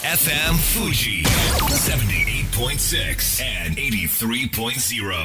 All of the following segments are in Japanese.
FM Fuji 78.6 and 83.0.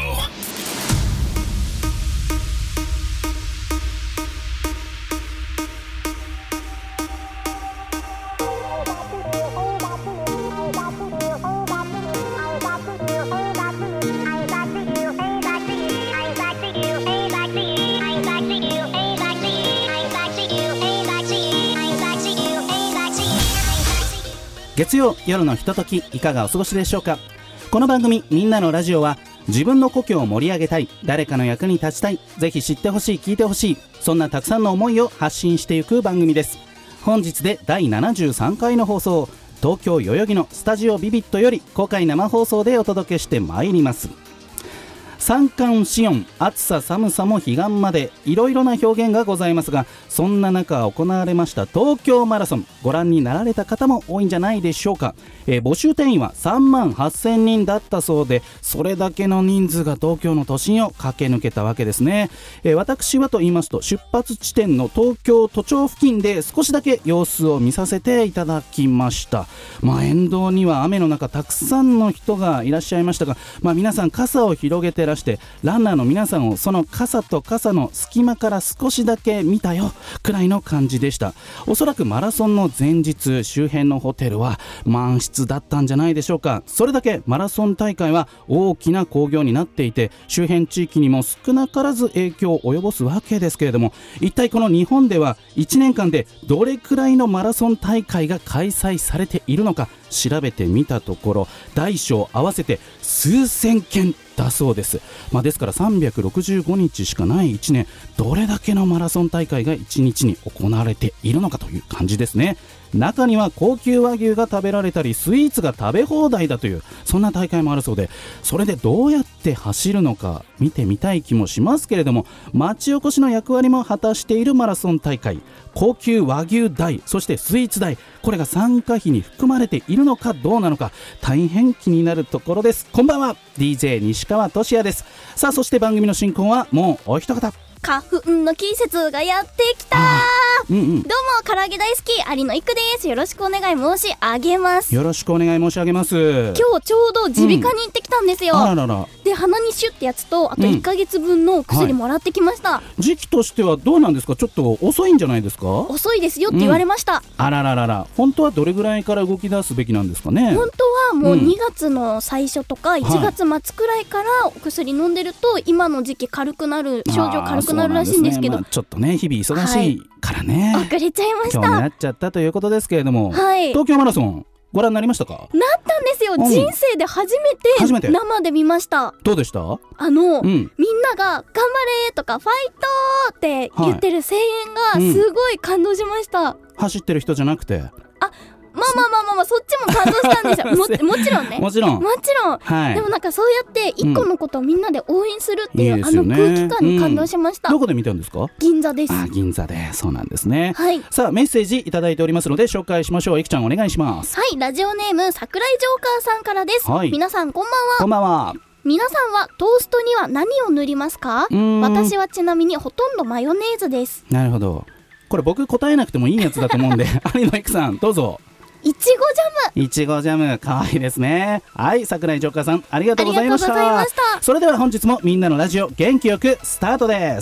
月曜夜のひとときいかがお過ごしでしょうか。この番組みんなのラジオは自分の故郷を盛り上げたい、誰かの役に立ちたい、ぜひ知ってほしい、聞いてほしい、そんなたくさんの思いを発信していく番組です。本日で第73回の放送、東京代々木のスタジオビビットより公開生放送でお届けしてまいります。三寒四温、暑さ寒さも彼岸まで、いろいろな表現がございますが、そんな中行われました東京マラソン、ご覧になられた方も多いんじゃないでしょうか。募集定員は3万8000人だったそうで、それだけの人数が東京の都心を駆け抜けたわけですね。私はと言いますと、出発地点の東京都庁付近で少しだけ様子を見させていただきました。沿道には雨の中たくさんの人がいらっしゃいましたが、皆さん傘を広げてらして、ランナーの皆さんをその傘と傘の隙間から少しだけ見たよくらいの感じでした。おそらくマラソンの前日、周辺のホテルは満室だったんじゃないでしょうか。それだけマラソン大会は大きな興行になっていて、周辺地域にも少なからず影響を及ぼすわけですけれども、一体この日本では1年間でどれくらいのマラソン大会が開催されているのか調べてみたところ、大小合わせて数千件だそうです。ですから365日しかない1年、どれだけのマラソン大会が1日に行われているのかという感じですね。中には高級和牛が食べられたり、スイーツが食べ放題だという、そんな大会もあるそうで、それでどうやって走るのか見てみたい気もしますけれども、町おこしの役割も果たしているマラソン大会、高級和牛代、そしてスイーツ代、これが参加費に含まれているのかどうなのか、大変気になるところです。こんばんは、 DJ 西川俊也です。さあ、そして番組の進行はもうお一方、 花粉の季節がやってきた。どうも唐揚げ大好き有野いくです。よろしくお願い申し上げます。 よろしくお願い申し上げます。 今日ちょうど耳鼻科に行ってきたんですよ。 あらら。 で、鼻にシュッってやつと、あと1ヶ月分の薬もらってきました、 時期としてはどうなんですか。ちょっと遅いんじゃないですか。 遅いですよって言われました、 あらららら。本当はどれぐらいから動き出すべきなんですかね。 本当はもう2月の最初とか1月末くらいからお薬飲んでると、今の時期軽くなる、症状軽くなるらしいんですけど、 ちょっとね、日々忙しいからね、 遅れちゃいました。 今日になっちゃったということですけれども、東京マラソンご覧になりましたか。 なったんですよ、人生で初めて生で見ました。 どうでした。 みんなが頑張れとかファイトって言ってる声援がすごい感動しました、 走ってる人じゃなくて、 まあそっちも感動したんですよもちろんね、 もちろん、 でもなんかそうやって一個のことをみんなで応援するっていう、あの空気感に感動しました、 どこで見たんですか。 銀座です。 銀座で、そうなんですね、さあメッセージいただいておりますので紹介しましょう。いくちゃんお願いします。 ラジオネーム桜井ジョーカーさんからです、皆さんこんばんは。 こんばんは。 皆さんはトーストには何を塗りますか。私はちなみにほとんどマヨネーズです。 なるほど。これ僕答えなくてもいいやつだと思うんで有野いくさんどうぞ。 いちごジャム。 いちごジャム、かわいいですね。桜井ジョーカーさんありがとうございました。それでは本日もみんなのラジオ元気よくスタートです。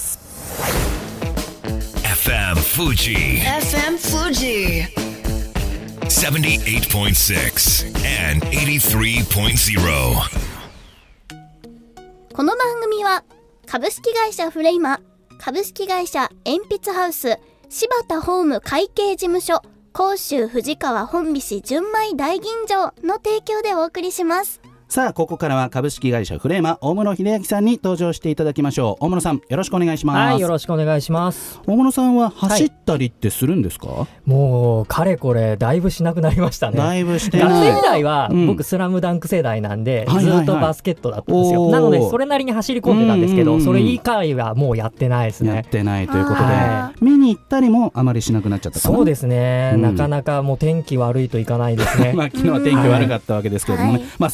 FM Fuji 78.6 and 83.0。 この番組は株式会社フレイマ、株式会社鉛筆ハウス、柴田ホーム会計事務所、甲州藤川本菱純米大吟醸の提供でお送りします。 さあここからは株式会社フレーマ大室秀明さんに登場していただきましょう。大室さんよろしくお願いします。 よろしくお願いします。 大室さんは走ったりってするんですか。 もうかれこれだいぶしなくなりましたね。 だいぶしてない。 学生時代は僕スラムダンク世代なんで、ずっとバスケットだったんですよ。なのでそれなりに走り込んでたんですけど、それ以外はもうやってないですね。 やってないということで、見に行ったりもあまりしなくなっちゃったかな。 そうですね、なかなかもう天気悪いといかないですね昨日は天気悪かったわけですけれどもね、そんな中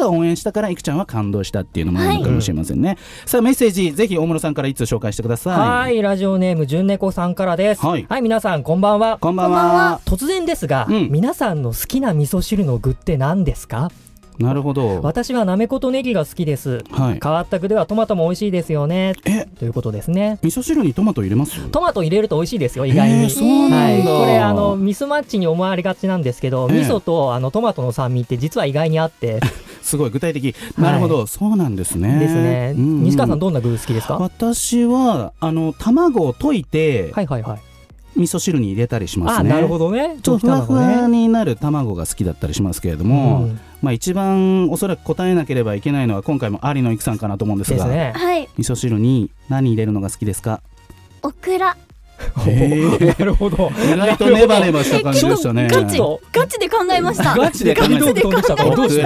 か応援したからいくちゃんは感動したっていうのもあるかもしれませんね、さあメッセージぜひ大室さんからいつ紹介してください。 はい、ラジオネームじゅんねこさんからです。はい、皆さんこんばんは。 こんばんは。 突然ですが、皆さんの好きな味噌汁の具って何ですか？ なるほど。 私はなめことネギが好きです、変わった具ではトマトも美味しいですよねということですね。 味噌汁にトマト入れます？ トマト入れると美味しいですよ、意外に。 そうなんだ。 これミスマッチに思われがちなんですけど、味噌とトマトの酸味って実は意外にあってすごい具体的。なるほど、そうなんですね。 ですね、西川さんどんな具好きですか？ 私は卵を溶いて、味噌汁に入れたりしますね。 なるほどね。 ちょっとふわふわになる卵が好きだったりしますけれども、一番おそらく答えなければいけないのは今回も有野いくさんかなと思うんですが、味噌汁に何入れるのが好きですか？ オクラ。 なるほど。 意外とネバネバした感じでしたね。 ガチで考えました。 ガチで考えました。どうした？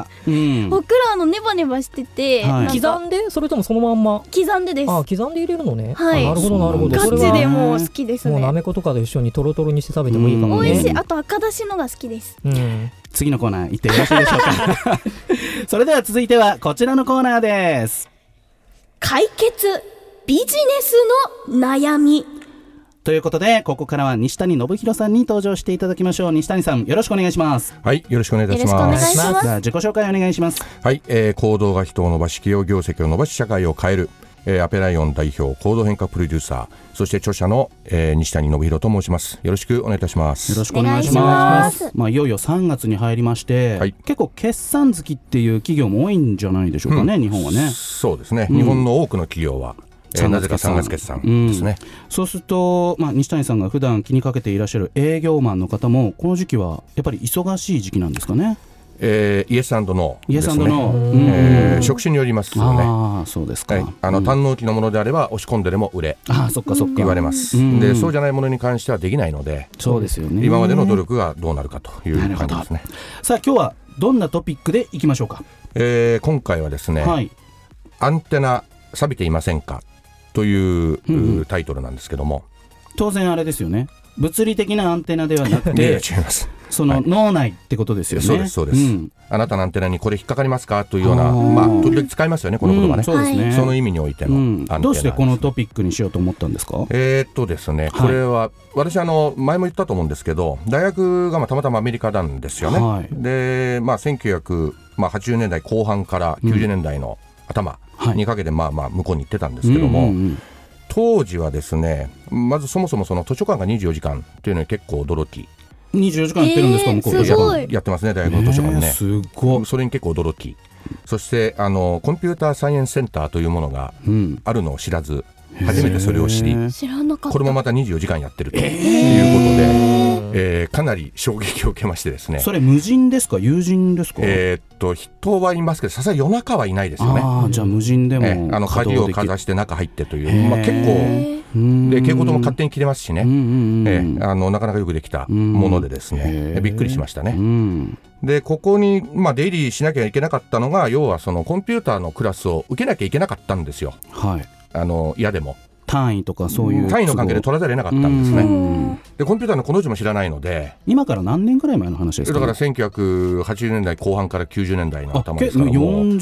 オクラネバネバしてて、 刻んでそれともそのまんま？刻んでです。 刻んで入れるのね。 はい。 なるほどなるほど。 ガチでもう好きですね。 もうなめことかと一緒にトロトロにして食べてもいいかもね。 美味しい。あと赤だしのが好きです。 次のコーナー行ってよろしいでしょうか。それでは続いてはこちらのコーナーです。 解決ビジネスの悩み。 ということでここからは西谷信弘さんに登場していただきましょう。西谷さんよろしくお願いします。 はい、よろしくお願いいたします。 じゃあ自己紹介お願いします。 はい、行動が人を伸ばし企業業績を伸ばし社会を変える、アペライオン代表行動変化プロデューサーそして著者の、西谷信弘と申します。よろしくお願いいたします。 よろしくお願いします。いよいよ3月に入りまして、結構決算月っていう企業も多いんじゃないでしょうかね、日本はね。 そうですね、日本の多くの企業はなぜか3月決算ですね。 そうすると、西谷さんが普段気にかけていらっしゃる営業マンの方もこの時期はやっぱり忙しい時期なんですかね。 イエス&ノーですね。職種によりますよね。 そうですか。 単納期のものであれば押し込んででも売れ言われます。でそうじゃないものに関してはできないので、 そうですよね。 今までの努力がどうなるかという感じですね。 さあ今日はどんなトピックでいきましょうか。 今回はですね、アンテナ錆びていませんかというタイトルなんですけども、 当然あれですよね、物理的なアンテナではなくて違います。 その脳内ってことですよね。 そうですそうです、あなたのアンテナにこれ引っかかりますかというような、時々使いますよねこの言葉ね。 そうですね。 その意味においてのアンテナ、 どうしてこのトピックにしようと思ったんですか？ ですね、これは私前も言ったと思うんですけど、大学がたまたまアメリカなんですよね。で、1980年代後半から90年代の頭にかけて向こうに行ってたんですけども、当時はですね、まずそもそもその図書館が24時間というのに結構驚き。 24時間やってるんですか？向こうでやってますね、大学の図書館ね。 すごい。 それに結構驚き。そしてコンピューターサイエンスセンターというものがあるのを知らず、初めてそれを知り、これもまた24時間やってるということで、かなり衝撃を受けましてですね。 それ無人ですか有人ですか？ 人はいますけど、さすがに夜中はいないですよね。 じゃあ無人でも鍵をかざして中入ってという、結構で蛍光灯も勝手に切れますしね、なかなかよくできたものでですね、びっくりしましたね。でここに、出入りしなきゃいけなかったのが、要はそのコンピューターのクラスを受けなきゃいけなかったんですよ。嫌でも単位とかそういう単位の関係で取らざるを得なかったんですね。でコンピューターのこの字も知らないので、 今から何年ぐらい前の話ですか？ だから1980年代後半から90年代の頭ですから、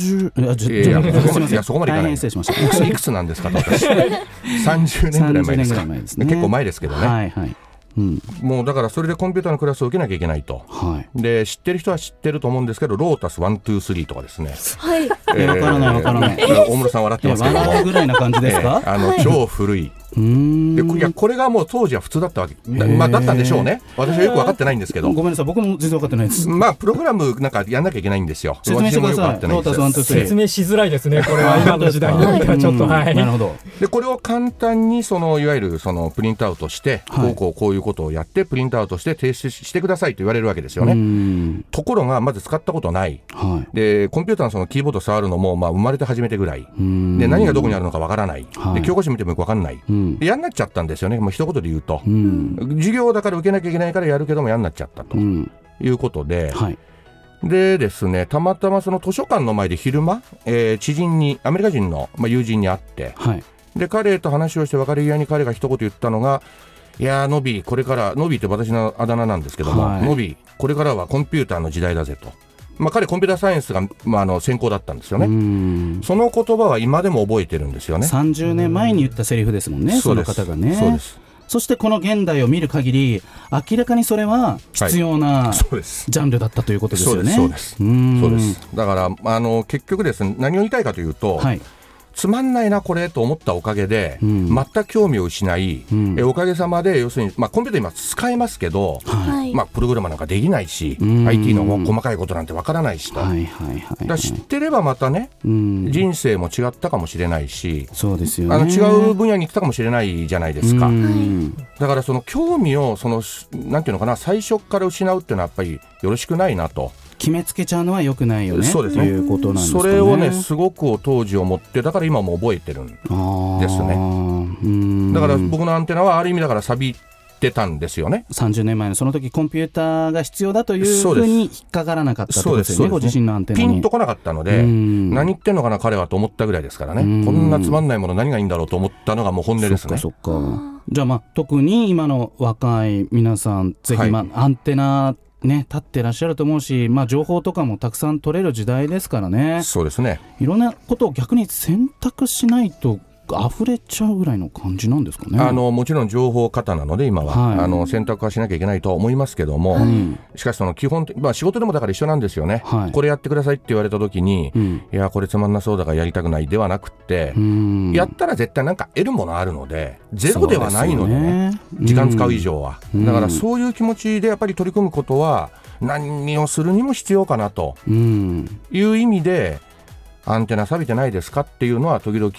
40、 そこまでいかない。 失礼しました。 いくつなんですかと私30年ぐらい前ですか。結構前ですけどね。もうだからそれでコンピューターのクラスを受けなきゃいけないと、で知ってる人は知ってると思うんですけど、ロータス123とかですね、 わからない大室さん笑ってますけども、 笑うぐらいな感じですか？ 超古い。いやこれがもう当時は普通だったわけ、だったんでしょうね。私はよく分かってないんですけど。 ごめんなさい、僕も全然分かってないです。 プログラムなんかやんなきゃいけないんですよ。 説明してください。ロータス123。 説明しづらいですねこれは今の時代においてはちょっと。なるほど。 でこれを簡単にいわゆるプリントアウトして、こういうことをやってプリントアウトして提出してくださいと言われるわけですよね。ところがまず使ったことない、でコンピューターのそのキーボード触るのも生まれて初めてぐらいで、何がどこにあるのかわからない、で教科書見てもよくわかんない、で嫌になっちゃったんですよね。もう一言で言うと、授業だから受けなきゃいけないからやるけども嫌になっちゃったということで、でですね、たまたまその図書館の前で昼間、知人にアメリカ人の、友人に会って、で彼と話をして別れ際に彼が一言言ったのが、いやノビーこれから、ノビーって私のあだ名なんですけども、ノビーこれからはコンピューターの時代だぜと。 彼コンピューターサイエンスが、専攻だったんですよね。その言葉は今でも覚えてるんですよね。 30年前に言ったセリフですもんね、その方がね。 そうです。 そしてこの現代を見る限り明らかにそれは必要なジャンルだったということですよね。 そうです。だから結局ですね、何を言いたいかというと、つまんないなこれと思ったおかげで、全く興味を失い、おかげさまで要するに、コンピューター今使えますけど、プログラマーなんかできないし、IT の細かいことなんてわからないしと、だ知ってればまたね、人生も違ったかもしれないし、 そうですよね、 違う分野に行ったかもしれないじゃないですか。だからその興味をなんていうのかな、最初から失うっていうのはやっぱりよろしくないなと。 決めつけちゃうのは良くないよね。そうですね、ということなんですかね。 それをねすごく当時思って、だから今も覚えてるんですね。だから僕のアンテナはある意味だから錆びてたんですよね。 30年前のその時コンピューターが必要だというふうに引っかからなかったってことですよね。ご自身のアンテナにピンとこなかったので、何言ってんのかな彼はと思ったぐらいですからね。こんなつまんないもの何がいいんだろうと思ったのがもう本音ですね。 そっか。じゃあ特に今の若い皆さんぜひアンテナね、立ってらっしゃると思うし、情報とかもたくさん取れる時代ですからね。 そうですね。 いろんなことを逆に選択しないと溢れちゃうぐらいの感じなんですかね。 もちろん情報過多なので今は、選択はしなきゃいけないとは思いますけども、しかしその基本、仕事でもだから一緒なんですよね。これやってくださいって言われた時に、いやこれつまんなそうだからやりたくないではなくて、やったら絶対なんか得るものあるので、ゼロではないのでね、時間使う以上は、だからそういう気持ちでやっぱり取り組むことは何をするにも必要かなという意味で、アンテナ錆びてないですかっていうのは時々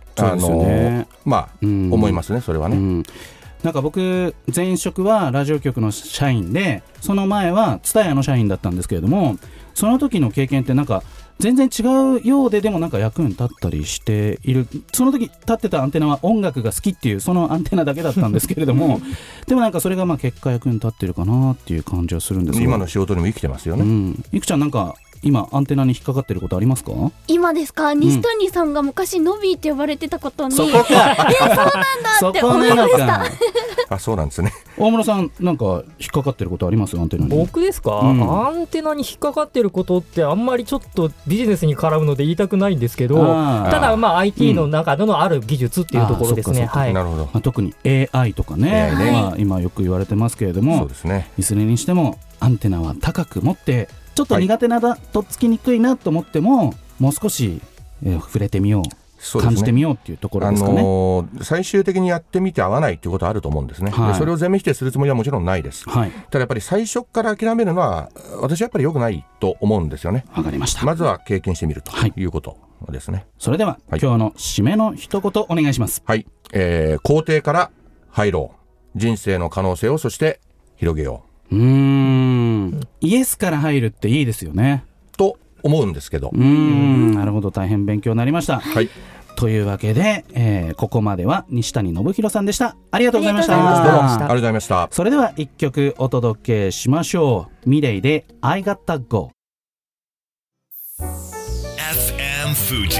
思いますね、それはね。 なんか僕前職はラジオ局の社員で、その前はTSUTAYAの社員だったんですけれども、その時の経験ってなんか全然違うようで、でもなんか役に立ったりしている。その時立ってたアンテナは音楽が好きっていうそのアンテナだけだったんですけれどもでもなんかそれが結果役に立ってるかなっていう感じはするんですが、 今の仕事にも生きてますよね。 いくちゃんなんか今アンテナに引っかかってることありますか？ 今ですか？西谷さんが昔ノビーって呼ばれてたことに、 そこかそうなんだって思いました。 そうなんですね。 大室さんなんか引っかかってることあります？アンテナに。 僕ですか、アンテナに引っかかってることってあんまりちょっとビジネスに絡むので言いたくないんですけど、ただIT の中でのある技術っていうところですね。 なるほど。 特に AI とかね、今よく言われてますけれども、 そうですね、 いずれにしてもアンテナは高く持って、ちょっと苦手なとっつきにくいなと思っても、もう少し、触れてみよう、感じてみようっていうところですかね。 最終的にやってみて合わないっていうことはあると思うんですね。でそれを全面否定するつもりはもちろんないです。ただやっぱり最初から諦めるのは私はやっぱり良くないと思うんですよね。 わかりました。 まずは経験してみるということですね。 それでは、今日の締めの一言お願いします。 肯定から入ろう。人生の可能性をそして広げよう。 イエスから入るっていいですよねと思うんですけど。 なるほど、大変勉強になりました。というわけで、ここまでは西谷信弘さんでした。ありがとうございました。 どうもありがとうございました。 それでは一曲お届けしましょう。ミレイで I Gotta Go。 FM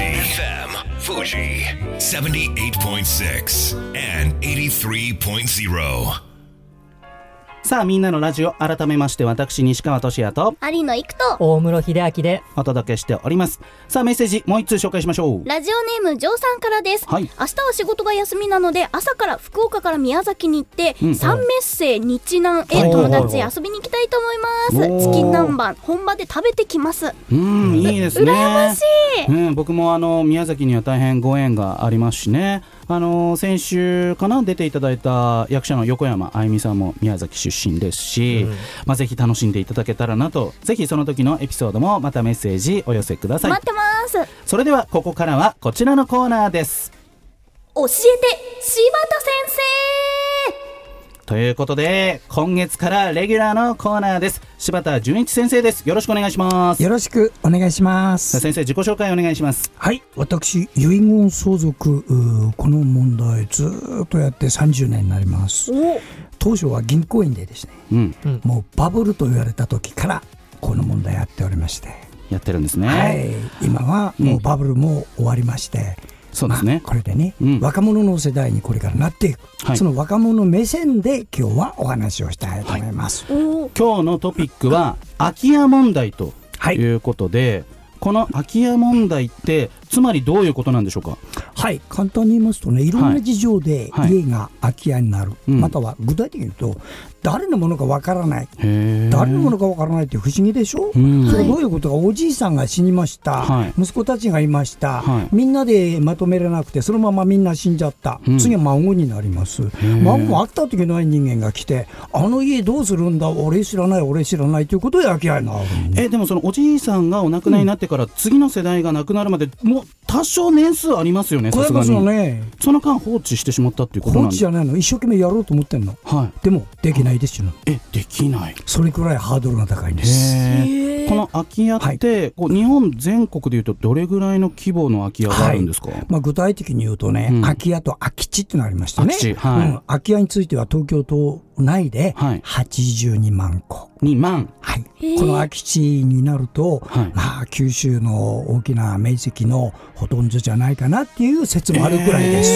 Fuji 78.6 and 83.0。 さあみんなのラジオ、改めまして私西川俊也と有野育と大室秀明でお届けしております。さあメッセージもう一通紹介しましょう。 ラジオネームジョーさんからです。明日は仕事が休みなので朝から福岡から宮崎に行って、三メッセ日南へ友達へ遊びに行きたいと思います。チキン南蛮本場で食べてきます。 いいですね。 羨ましい。 僕も宮崎には大変ご縁がありますしね。先週かな出ていただいた役者の横山あゆみさんも宮崎出身ですし、ぜひ楽しんでいただけたらなと。ぜひその時のエピソードもまたメッセージお寄せください。 待ってます。 それではここからはこちらのコーナーです。 教えて柴田先生。 ということで今月からレギュラーのコーナーです。柴田純一先生です。よろしくお願いします。 よろしくお願いします。 先生自己紹介お願いします。 はい、私遺言相続この問題ずっとやって30年になります。当初は銀行員でですね、もうバブルと言われた時からこの問題やっておりまして、 やってるんですね。 今はもうバブルも終わりまして、 そうですね。 これでね、若者の世代にこれからなっていく、その若者目線で今日はお話をしたいと思います。 今日のトピックは空き家問題ということで、この空き家問題ってつまりどういうことなんでしょうか。 はい、簡単に言いますとね、いろんな事情で家が空き家になる、または具体的に言うと誰のものかわからない、誰のものかわからないって不思議でしょ。それどういうことか、おじいさんが死にました、息子たちがいました、みんなでまとめれなくてそのままみんな死んじゃった、次は孫になります。孫も会った時ない人間が来て、あの家どうするんだ、俺知らない俺知らないということで空き家になる。 でもそのおじいさんがお亡くなりになってから、次の世代が亡くなるまでもう多少年数ありますよね。さすがにその間放置してしまったっていうことなんで。 放置じゃないの、一生懸命やろうと思ってんの、でもできないですよ。 できない、 それくらいハードルが高いんです。 この空き家って、こう日本全国でいうとどれぐらいの規模の空き家があるんですか。 具体的に言うとね、空き家と空き地ってのがありましてね、空き家については東京都内で82万戸、2万、この空き地になると、九州の大きな面積のほとんどじゃないかなっていう説もあるくらいです。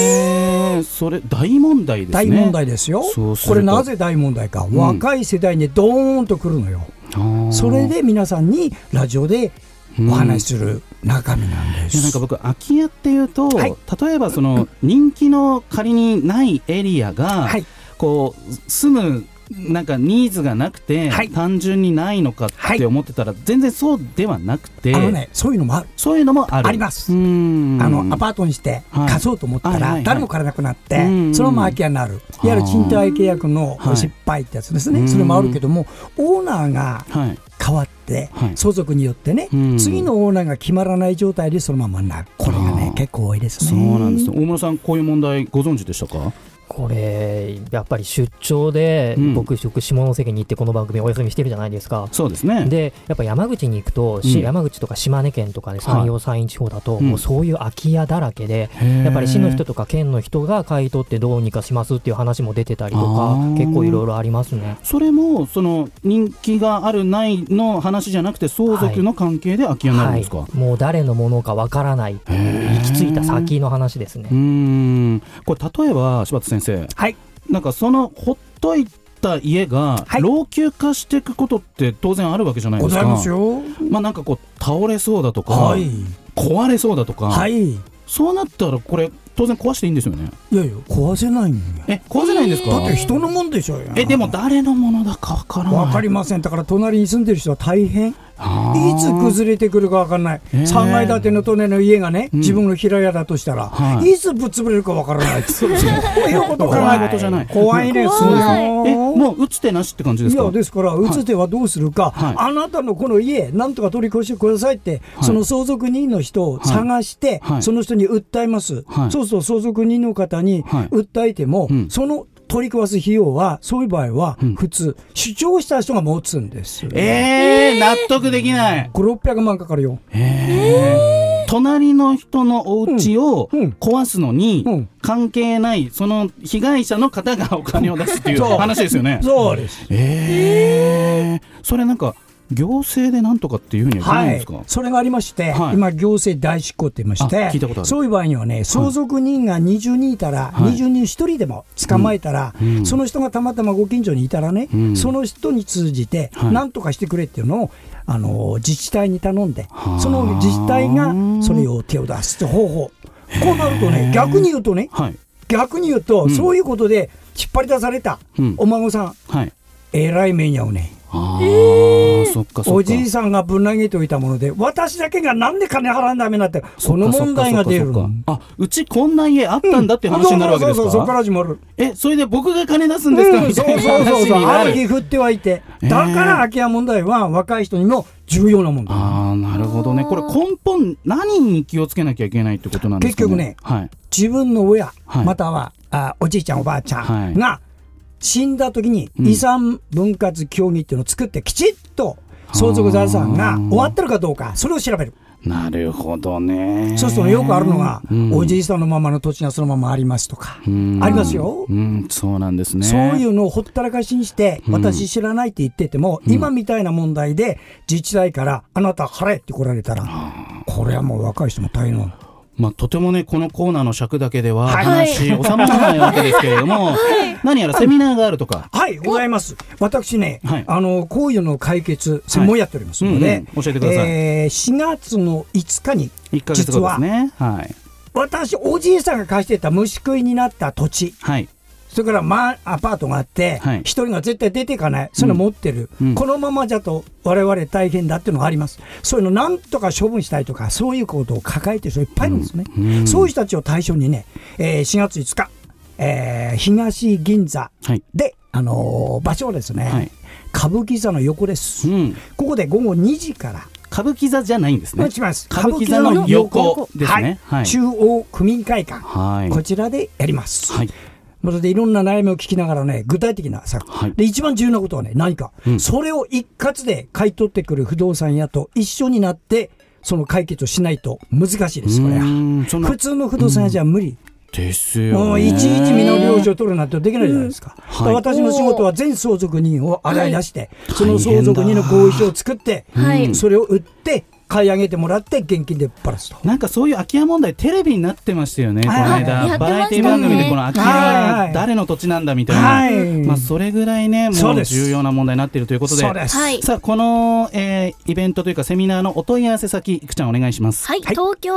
それ大問題ですね。 大問題ですよ。これなぜ大問題か、若い世代にドーンとくるのよ。それで皆さんにラジオでお話しする中身なんです。 なんか僕空き家っていうと、例えばその人気の仮にないエリアが、こう住むなんかニーズがなくて、単純にないのかって思ってたら、全然そうではなくて、 そういうのもある。 そういうのもある。 あります。アパートにして貸そうと思ったら、誰も借りなくなって、そのまま空き家になる。いわゆる賃貸契約の失敗ってやつですね。それもあるけども、オーナーが変わって、相続によってね、次のオーナーが決まらない状態でそのままになる。これがね、結構多いですね。 そうなんです。大村さん、こういう問題ご存知でしたか。 これやっぱり出張で、僕下関に行ってこの番組お休みしてるじゃないですか。 そうですね。 でやっぱ山口に行くと、山口とか島根県とか、ね、山陽山陰地方だと、もうそういう空き家だらけで、やっぱり市の人とか県の人が買い取ってどうにかしますっていう話も出てたりとか、結構いろいろありますね。 それもその人気があるないの話じゃなくて、相続の関係で空き家になるんですか。 もう誰のものかわからないっていう行き着いた先の話ですね。 これ例えば柴田先生、なんかそのほっといた家が老朽化していくことって当然あるわけじゃないですか。 ございますよ。 なんかこう倒れそうだとか、壊れそうだとか、そうなったらこれ当然壊していいんですよね。 いやいや、壊せないんだよ。 壊せないんですか。 だって人のもんでしょうよ。 でも誰のものだか分からない。 分かりません。だから隣に住んでる人は大変。いつ崩れてくるか分からない。3階建ての隣の家がね、自分の平屋だとしたら、いつぶっ潰れるか分からない。そういうこと怖いことじゃない。 怖いですよ。 もう打つ手なしって感じですか。 いや、ですから打つ手はどうするか、あなたのこの家なんとか取り越してくださいって、その相続人の人を探して、その人に訴えます。そうすると相続人の方に訴えても、その取り壊す費用はそういう場合は普通、主張した人が持つんです。 納得できない。 これ600万かかるよ。 隣の人のお家を壊すのに関係ないその被害者の方がお金を出すっていう話ですよね。 そうです。 それなんか行政でなんとかっていうふうには言えないんですか。 それがありまして、今行政代執行って言いまして、そういう場合にはね、相続人が20人いたら、20人1人でも捕まえたら、その人がたまたまご近所にいたらね、その人に通じて何とかしてくれっていうのを自治体に頼んで、その自治体がそれを手を出すって方法。こうなるとね、逆に言うとね、そういうことで引っ張り出されたお孫さん、えらい目に遭うね。おじいさんがぶん投げておいたもので、私だけがなんで金払わんダメなって、この問題が出る。 うちこんな家あったんだって話になるわけですか。 そこから始まる。 それで僕が金出すんですかみたいな話になる。 ある日振ってはいて、だから空き家問題は若い人にも重要な問題。 なるほどね。これ根本何に気をつけなきゃいけないってことなんですかね。 結局ね、自分の親、またはおじいちゃんおばあちゃんが死んだ時に遺産分割協議っていうのを作って、きちっと相続財産が終わってるかどうか、それを調べる。 なるほどね。 そうするとよくあるのが、おじいさんのままの土地がそのままありますとか、ありますよ。 そうなんですね。 そういうのをほったらかしにして、私知らないって言ってても、今みたいな問題で自治体からあなた払えって来られたら、これはもう若い人も大変なの。 とてもねこのコーナーの尺だけでは話収まらないわけですけれども、何やらセミナーがあるとか。 はい、ございます。私ね、こういうの解決専門やっておりますので、 教えてください。 4月の5日に 1ヶ月後ですね。 私おじいさんが貸してた虫食いになった土地、それからアパートがあって、一人が絶対出ていかない、それを持ってる、このままじゃと我々大変だっていうのがあります。そういうのなんとか処分したいとか、そういうことを抱えてる人いっぱいいるんですね。そういう人たちを対象にね、4月5日、東銀座で、場所はですね、歌舞伎座の横です。ここで午後2時から。 歌舞伎座じゃないんですね。 違います。 歌舞伎座の横ですね。 中央区民会館、こちらでやります。でいろんな悩みを聞きながらね、具体的な策、で一番重要なことはね、何か、それを一括で買い取ってくる不動産屋と一緒になってその解決をしないと難しいです。これ普通の不動産屋じゃ無理ですよね。 もういちいち身の領収を取るなんてできないじゃないですか。私の仕事は全相続人を洗い出して、その相続人の合意書を作って、それを売って買い上げてもらって現金でばらすと。 なんかそういう空き家問題テレビになってましたよね、この間。バラエティ番組でこの空き家誰の土地なんだみたいな、それぐらいねもう重要な問題になっているということで、さあこの、イベントというかセミナーのお問い合わせ先、いくちゃんお願いします。 東京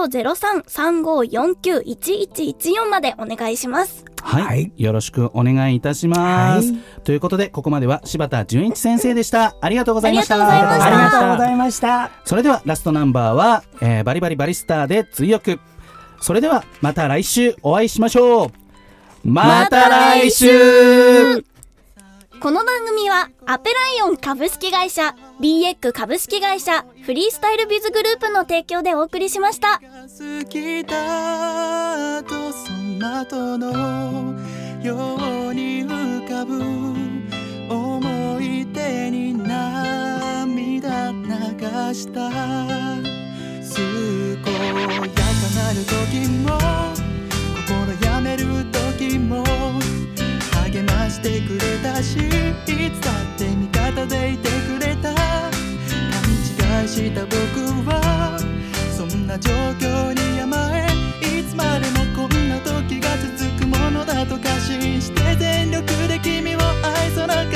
03-3549-1114 までお願いします。 よろしくお願いいたします。ということでここまでは柴田純一先生でした。ありがとうございました。 ありがとうございました。 それではラストナンバーは、バリバリバリスターで追憶。それではまた来週お会いしましょう。また来週。 この番組はアペライオン株式会社、BX 株式会社、フリースタイルビズグループの提供でお送りしました。 好きだとその後のように浮かぶ思い出に涙流した健やかなる時も心やめる時も励ましてくれたし、いつだって味方でいてくれた。勘違いした僕はそんな状況に甘え、いつまでもこんな時が続くものだと過信して全力で君を愛さなかった。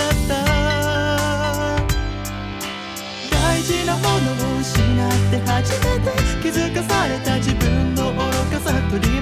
大事なものを失って初めて気づかされた自分の愚かさ、取り